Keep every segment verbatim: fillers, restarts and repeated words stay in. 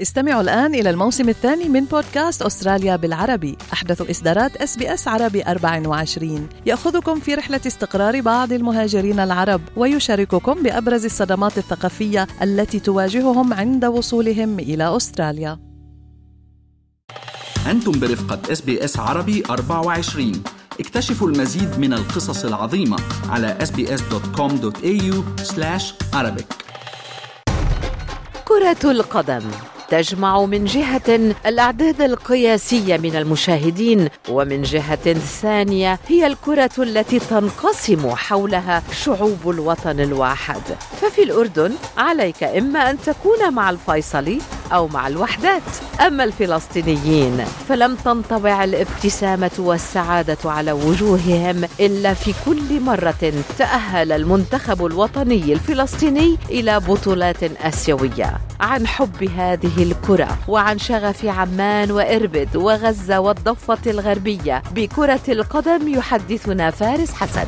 استمعوا الآن إلى الموسم الثاني من بودكاست أستراليا بالعربي، أحدث إصدارات إس بي إس عربي أربعة وعشرين، يأخذكم في رحلة استقرار بعض المهاجرين العرب ويشارككم بأبرز الصدمات الثقافية التي تواجههم عند وصولهم إلى أستراليا. أنتم برفقة إس بي إس عربي أربعة وعشرين. اكتشفوا المزيد من القصص العظيمة على إس بي إس دوت كوم دوت إيه يو سلاش عربيك. كرة القدم تجمع من جهة الأعداد القياسية من المشاهدين، ومن جهة ثانية هي الكرة التي تنقسم حولها شعوب الوطن الواحد. ففي الأردن عليك إما أن تكون مع الفيصلي أو مع الوحدات، أما الفلسطينيين فلم تنطبع الابتسامة والسعادة على وجوههم إلا في كل مرة تأهل المنتخب الوطني الفلسطيني إلى بطولات آسيوية. عن حب هذه الكرة وعن شغف عمان وإربد وغزة والضفة الغربية بكرة القدم يحدثنا فارس حسن.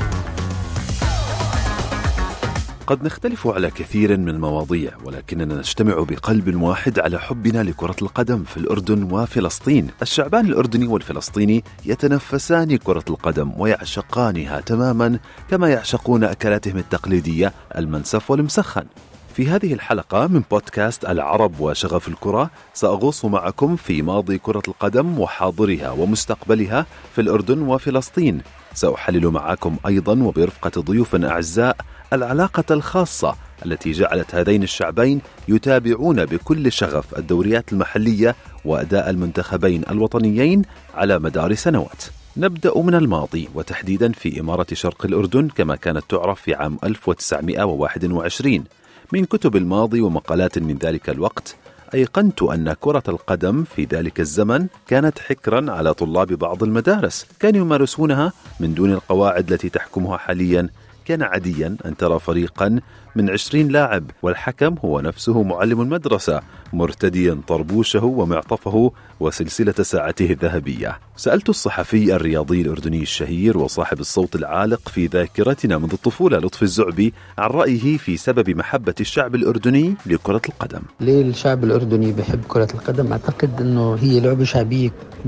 قد نختلف على كثير من المواضيع، ولكننا نجتمع بقلب واحد على حبنا لكرة القدم في الأردن وفلسطين. الشعبان الأردني والفلسطيني يتنفسان كرة القدم ويعشقانها تماما كما يعشقون أكلاتهم التقليدية المنسف والمسخن. في هذه الحلقة من بودكاست العرب وشغف الكرة سأغوص معكم في ماضي كرة القدم وحاضرها ومستقبلها في الأردن وفلسطين. سأحلل معكم أيضا وبرفقة ضيوف أعزاء العلاقة الخاصة التي جعلت هذين الشعبين يتابعون بكل شغف الدوريات المحلية وأداء المنتخبين الوطنيين على مدار سنوات. نبدأ من الماضي، وتحديدا في إمارة شرق الأردن كما كانت تعرف في عام ألف وتسعمائة وواحد وعشرين. من كتب الماضي ومقالات من ذلك الوقت أيقنت أن كرة القدم في ذلك الزمن كانت حكرا على طلاب بعض المدارس، كانوا يمارسونها من دون القواعد التي تحكمها حاليا. كان عاديا أن ترى فريقا من عشرين لاعب والحكم هو نفسه معلم المدرسة مرتديا طربوشه ومعطفه وسلسلة ساعته الذهبية. سألت الصحفي الرياضي الأردني الشهير وصاحب الصوت العالق في ذاكرتنا منذ الطفولة لطفي الزعبي عن رأيه في سبب محبة الشعب الأردني لكرة القدم. ليه الشعب الأردني بيحب كرة القدم؟ أعتقد أنه هي لعبة شعبية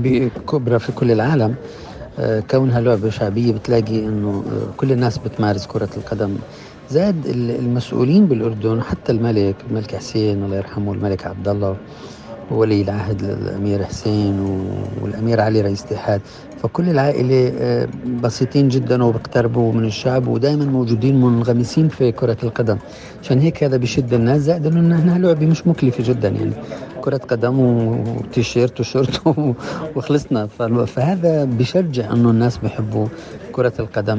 كبرى في كل العالم. كونها لعبة شعبية بتلاقي أنه كل الناس بتمارس كرة القدم، زاد المسؤولين بالأردن، حتى الملك الملك حسين الله يرحمه، الملك عبد الله وولي العهد الأمير حسين والأمير علي رئيس الاتحاد، فكل العائلة بسيطين جدا وبيقتربوا من الشعب ودائما موجودين منغمسين في كرة القدم. عشان هيك هذا بيشد الناس، زائد أنه إنها لعبة مش مكلفة جدا، يعني كرة قدم وتيشيرت وشورت وخلصنا. فهذا بيشجع أنه الناس بيحبوا كرة القدم.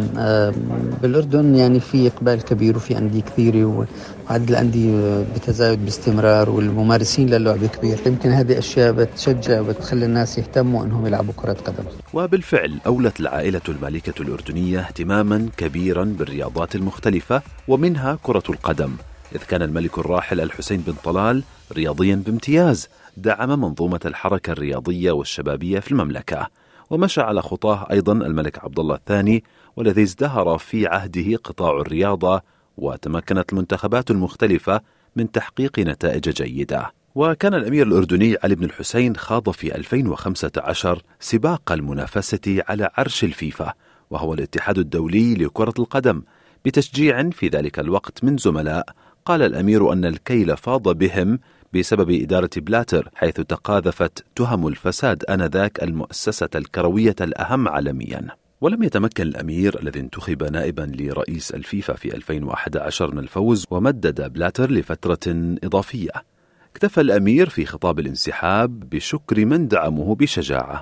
بالأردن يعني في إقبال كبير وفي أندية كثيرة وعدد الأندية بتزايد باستمرار والممارسين للعبة كبير. يمكن هذه أشياء بتشجع وبتخلي الناس يهتموا أنهم يلعبوا كرة قدم. وبالفعل أولت العائلة المالكة الأردنية اهتماما كبيرا بالرياضات المختلفة ومنها كرة القدم، إذ كان الملك الراحل الحسين بن طلال رياضيا بامتياز، دعم منظومة الحركة الرياضية والشبابية في المملكة، ومشى على خطاه أيضا الملك عبد الله الثاني، والذي ازدهر في عهده قطاع الرياضة وتمكنت المنتخبات المختلفة من تحقيق نتائج جيدة. وكان الأمير الأردني علي بن الحسين خاض في ألفين وخمسة عشر سباق المنافسة على عرش الفيفا، وهو الاتحاد الدولي لكرة القدم، بتشجيع في ذلك الوقت من زملاء. قال الأمير أن الكيل فاض بهم بسبب إدارة بلاتر، حيث تقاذفت تهم الفساد آنذاك المؤسسة الكروية الأهم عالميا. ولم يتمكن الأمير الذي انتخب نائبا لرئيس الفيفا في ألفين وأحد عشر من الفوز، ومدد بلاتر لفترة إضافية. اكتفى الأمير في خطاب الانسحاب بشكر من دعمه بشجاعة.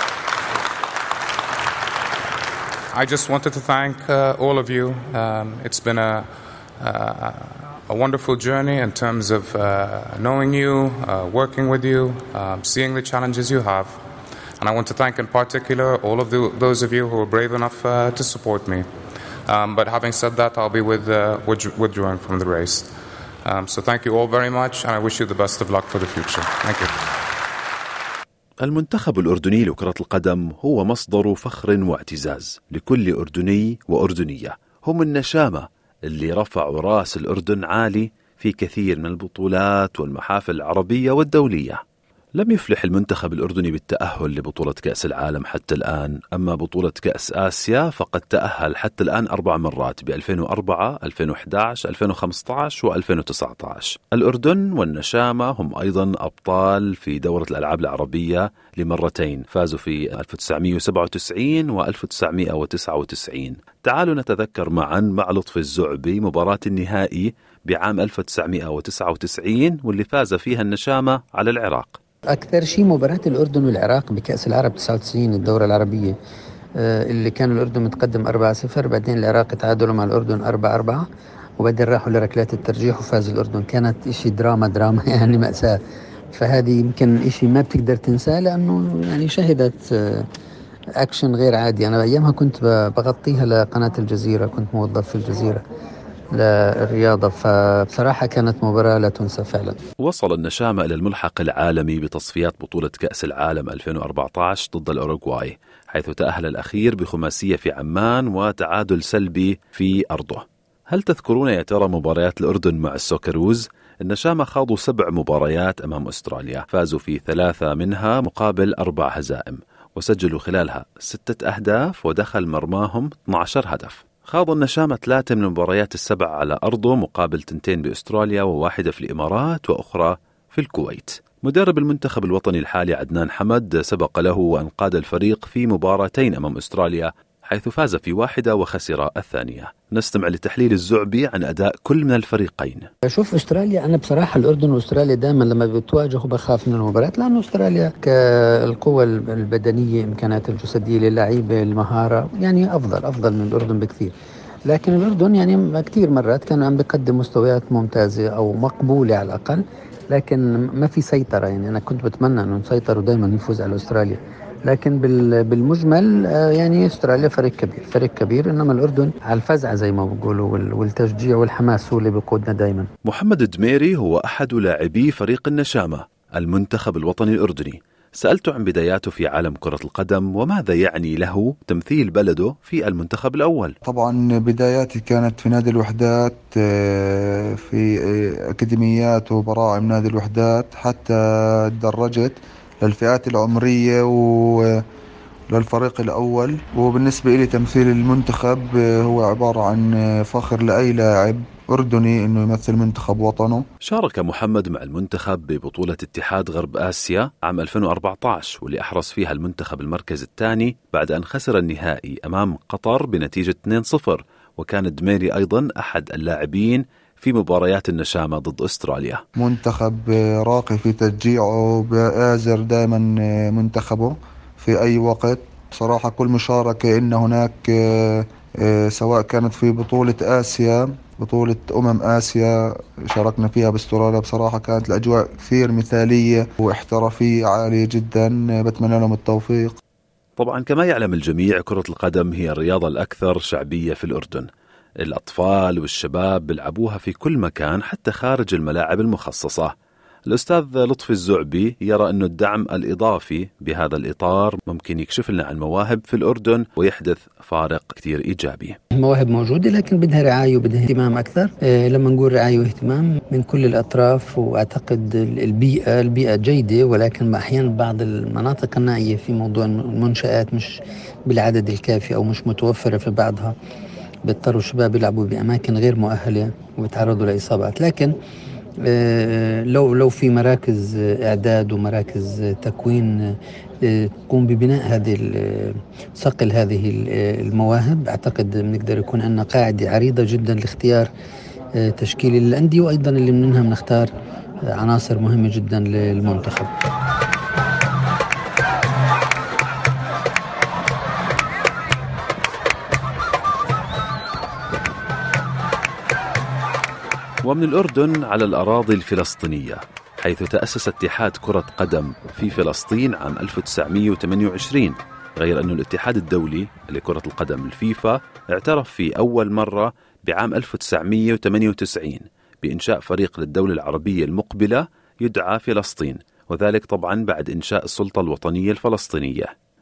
I just wanted to thank uh, all of you. Um, it's been a, uh, a wonderful journey in terms of uh, knowing you, uh, working with you, um, seeing the challenges you have. And I want to thank in particular all of the, those of you who were brave enough uh, to support me. Um, but having said that, I'll be with, uh, withdrawing from the race. Um, so thank you all very much, and I wish you the best of luck for the future. Thank you. المنتخب الأردني لكرة القدم هو مصدر فخر واعتزاز لكل أردني وأردنية. هم النشامة اللي رفعوا راس الأردن عالي في كثير من البطولات والمحافل العربية والدولية. لم يفلح المنتخب الأردني بالتأهل لبطولة كأس العالم حتى الآن، أما بطولة كأس آسيا فقد تأهل حتى الآن أربع مرات ب ألفين وأربعة، ألفين وأحد عشر، ألفين وخمسة عشر وألفين وتسعة عشر. الأردن والنشامة هم أيضا أبطال في دورة الألعاب العربية لمرتين، فازوا في ألف وتسعمائة وسبعة وتسعين و ألف وتسعمائة وتسعة وتسعين. تعالوا نتذكر معا مع لطفي الزعبي مباراة النهائي بعام ألف وتسعمائة وتسعة وتسعين واللي فاز فيها النشامة على العراق. أكثر شيء مباراة الأردن والعراق بكأس العرب تسعة وتسعين الدورة العربية، اللي كان الأردن متقدم أربعة صفر، بعدين العراق تعادلوا مع الأردن أربعة أربعة، وبعدين راحوا لركلات الترجيح وفاز الأردن. كانت إشي دراما دراما يعني مأساة. فهذه يمكن إشي ما بتقدر تنساه، لأنه يعني شهدت أكشن غير عادي. أنا أيامها كنت بغطيها لقناة الجزيرة، كنت موظف في الجزيرة للرياضة، فبصراحة كانت مباراة لا تنسى فعلا. وصل النشامة إلى الملحق العالمي بتصفيات بطولة كأس العالم ألفين وأربعة عشر ضد الأوروغواي، حيث تأهل الأخير بخماسية في عمان وتعادل سلبي في أرضه. هل تذكرون يا ترى مباريات الأردن مع السوكروز؟ النشامة خاضوا سبع مباريات أمام أستراليا، فازوا في ثلاثة منها مقابل أربع هزائم، وسجلوا خلالها ستة أهداف ودخل مرماهم اثني عشر هدف. خاض النشامة ثلاثة من المباريات السبع على أرضه مقابل تنتين بأستراليا وواحدة في الإمارات وأخرى في الكويت. مدرب المنتخب الوطني الحالي عدنان حمد سبق له وأن قاد الفريق في مباراتين أمام أستراليا، حيث فاز في واحدة وخسر الثانية. نستمع لتحليل الزعبي عن أداء كل من الفريقين. شوف أستراليا، أنا بصراحة الأردن وأستراليا دائما لما بتواجهوا بخاف من المباريات، لأنه أستراليا كالقوة البدنية، إمكانات الجسدية للاعيبة، المهارة، يعني أفضل أفضل من الأردن بكثير. لكن الأردن يعني كثير مرات كان عم بيقدم مستويات ممتازة أو مقبولة على الأقل، لكن ما في سيطرة. يعني أنا كنت بتمنى أنه نسيطر ودائما نفوز على أستراليا، لكن بالمجمل يعني استراليا فريق كبير فريق كبير إنما الأردن على الفزعة زي ما بيقولوا، والتشجيع والحماس هو اللي بيقودنا دائما. محمد الدميري هو أحد لاعبي فريق النشامة المنتخب الوطني الأردني. سألته عن بداياته في عالم كرة القدم وماذا يعني له تمثيل بلده في المنتخب الأول. طبعا بداياتي كانت في نادي الوحدات، في أكاديميات وبراعم نادي الوحدات، حتى تدرجت للفئات العمرية وللفريق الأول. وبالنسبة إلي تمثيل المنتخب هو عبارة عن فخر لأي لاعب أردني إنه يمثل منتخب وطنه. شارك محمد مع المنتخب ببطولة اتحاد غرب آسيا عام ألفين وأربعة عشر، واللي أحرز فيها المنتخب المركز الثاني بعد أن خسر النهائي أمام قطر بنتيجة اثنين صفر. وكان الدميري أيضا أحد اللاعبين في مباريات النشامة ضد أستراليا. منتخب راقي في تشجيعه، بآزر دائما منتخبه في أي وقت. صراحة كل مشاركة إن هناك سواء كانت في بطولة آسيا، بطولة أمم آسيا شاركنا فيها باستراليا، بصراحة كانت الأجواء كثير مثالية واحترافية عالية جدا. بتمنى لهم التوفيق. طبعا كما يعلم الجميع كرة القدم هي الرياضة الأكثر شعبية في الأردن. الأطفال والشباب بيلعبوها في كل مكان حتى خارج الملاعب المخصصة. الأستاذ لطفي الزعبي يرى أن الدعم الإضافي بهذا الإطار ممكن يكشف لنا عن مواهب في الأردن ويحدث فارق كتير إيجابي. المواهب موجودة لكن بدها رعاية وبدها اهتمام أكثر. إيه لما نقول رعاية واهتمام من كل الأطراف، وأعتقد البيئة البيئة جيدة، ولكن أحيانا بعض المناطق النائية في موضوع المنشآت مش بالعدد الكافي أو مش متوفرة في بعضها، بيضطروا الشباب يلعبوا بأماكن غير مؤهلة وبيتعرضوا لإصابات. لكن لو لو في مراكز إعداد ومراكز تكوين تقوم ببناء هذه صقل هذه المواهب، أعتقد بنقدر يكون عندنا قاعدة عريضة جدا لاختيار تشكيل الأندية، وأيضا اللي منها بنختار عناصر مهمة جدا للمنتخب. ومن الأردن على الأراضي الفلسطينية، حيث تأسس اتحاد كرة قدم في فلسطين عام ألف وتسعمائة وثمانية وعشرين، غير أن الاتحاد الدولي لكرة القدم الفيفا اعترف في أول مرة بعام ألف وتسعمائة وثمانية وتسعين بإنشاء فريق للدولة العربية المقبلة يدعى فلسطين، وذلك طبعا بعد إنشاء السلطة الوطنية الفلسطينية.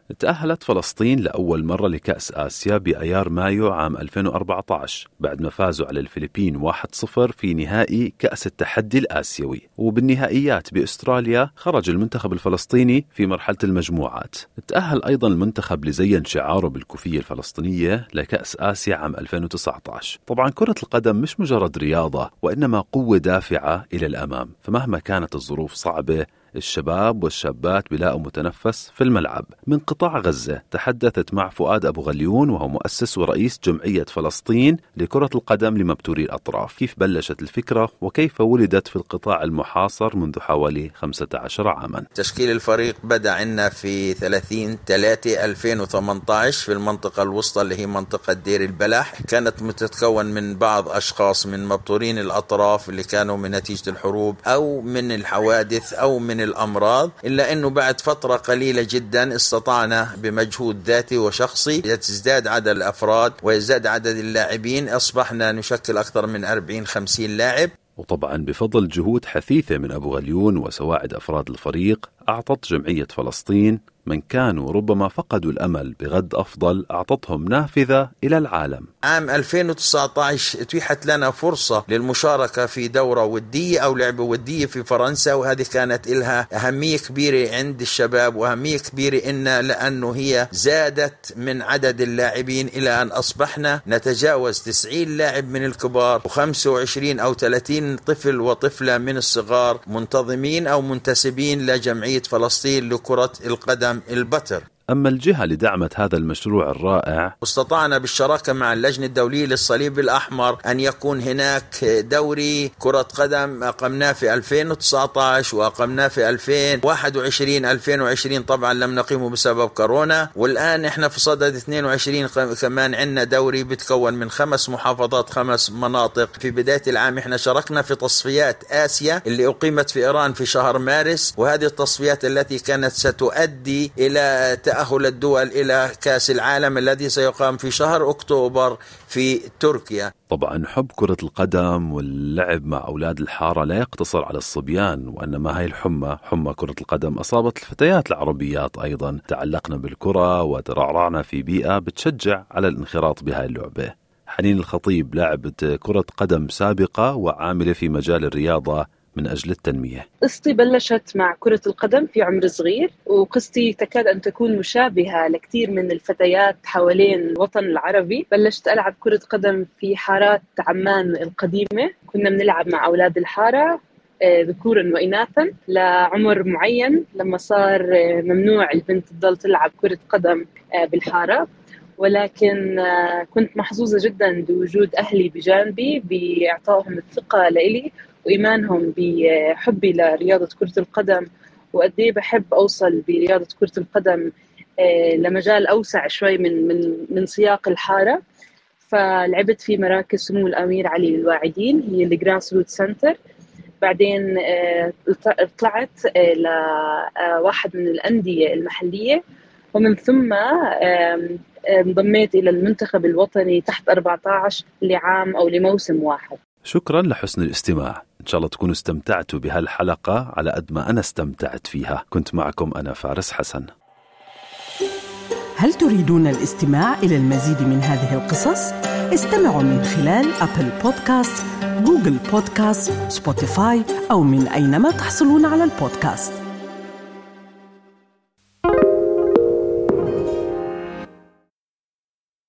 تأهلت فلسطين لأول مرة لكأس آسيا بأيار مايو عام ألفين وأربعة عشر بعد ما فازوا على الفلبين واحد صفر في نهائي كأس التحدي الآسيوي. وبالنهائيات بأستراليا خرج المنتخب الفلسطيني في مرحلة المجموعات. تأهل أيضا المنتخب لزين شعاره بالكوفية الفلسطينية لكأس آسيا عام ألفين وتسعة عشر. طبعا كرة القدم مش مجرد رياضة وإنما قوة دافعة إلى الأمام، فمهما كانت الظروف صعبة الشباب والشابات بيلاقوا متنفس في الملعب. من قطاع غزة تحدثت مع فؤاد أبو غليون وهو مؤسس ورئيس جمعية فلسطين لكرة القدم لمبتوري الأطراف. كيف بلشت الفكرة وكيف ولدت في القطاع المحاصر منذ حوالي خمسة عشر عاما؟ تشكيل الفريق بدأ عنا في ثلاثين ثلاثة ألفين وثمانية عشر في المنطقة الوسطى اللي هي منطقة دير البلح. كانت متتكون من بعض أشخاص من مبتورين الأطراف اللي كانوا من نتيجة الحروب أو من الحوادث أو من الأمراض، إلا أنه بعد فترة قليلة جدا استطعنا بمجهود ذاتي وشخصي يزداد عدد الأفراد ويزداد عدد اللاعبين. أصبحنا نشكل أكثر من أربعين خمسين لاعب. وطبعا بفضل جهود حثيثة من أبو غليون وسواعد أفراد الفريق أعطت جمعية فلسطين من كانوا ربما فقدوا الأمل بغد أفضل، أعطتهم نافذة إلى العالم. عام ألفين وتسعة عشر اتيحت لنا فرصة للمشاركة في دورة ودية أو لعبة ودية في فرنسا، وهذه كانت لها أهمية كبيرة عند الشباب وأهمية كبيرة إن لأنه هي زادت من عدد اللاعبين إلى أن أصبحنا نتجاوز تسعين لاعب من الكبار وخمسة وعشرين أو ثلاثين طفل وطفلة من الصغار منتظمين أو منتسبين لجمعية فلسطين لكرة القدم البتر. أما الجهة اللي دعمت هذا المشروع الرائع، استطعنا بالشراكة مع اللجنة الدولية للصليب الأحمر أن يكون هناك دوري كرة قدم أقمناه في ألفين وتسعة عشر وأقمناه في ألفين وواحد وعشرين ألفين وعشرين طبعا لم نقيمه بسبب كورونا، والآن إحنا في صدد اثنين وعشرين كمان عندنا دوري بتكون من خمس محافظات خمس مناطق. في بداية العام إحنا شاركنا في تصفيات آسيا اللي أقيمت في إيران في شهر مارس، وهذه التصفيات التي كانت ستؤدي إلى تأهل الدول إلى كأس العالم الذي سيقام في شهر أكتوبر في تركيا. طبعا حب كرة القدم واللعب مع أولاد الحارة لا يقتصر على الصبيان، وإنما هاي الحمى حمى كرة القدم أصابت الفتيات العربيات أيضا. تعلقنا بالكرة وترعرعنا في بيئة بتشجع على الانخراط بهاي اللعبة. حنين الخطيب لاعبة كرة قدم سابقة وعاملة في مجال الرياضة من أجل التنمية. قصتي بلشت مع كرة القدم في عمر صغير، وقصتي تكاد أن تكون مشابهة لكثير من الفتيات حوالين الوطن العربي. بلشت ألعب كرة قدم في حارات عمان القديمة، كنا بنلعب مع أولاد الحارة ذكورا وإناثا لعمر معين، لما صار ممنوع البنت تضل تلعب كرة قدم بالحارة. ولكن كنت محظوظة جدا بوجود أهلي بجانبي بإعطائهم الثقة لإلي وإيمانهم بحبي لرياضة كرة القدم، وقديه بحب أوصل برياضة كرة القدم لمجال أوسع شوي من من من سياق الحارة. فلعبت في مراكز سمو الأمير علي الواعدين، هي الجراس روت سنتر. بعدين طلعت لواحد من الأندية المحلية، ومن ثم انضميت إلى المنتخب الوطني تحت أربعة عشر لعام أو لموسم واحد. شكرا لحسن الاستماع. إن شاء الله تكونوا استمتعتوا بهالحلقة على قد ما أنا استمتعت فيها. كنت معكم أنا فارس حسن. هل تريدون الاستماع إلى المزيد من هذه القصص؟ استمعوا من خلال أبل بودكاست، جوجل بودكاست، سبوتيفاي أو من أينما تحصلون على البودكاست.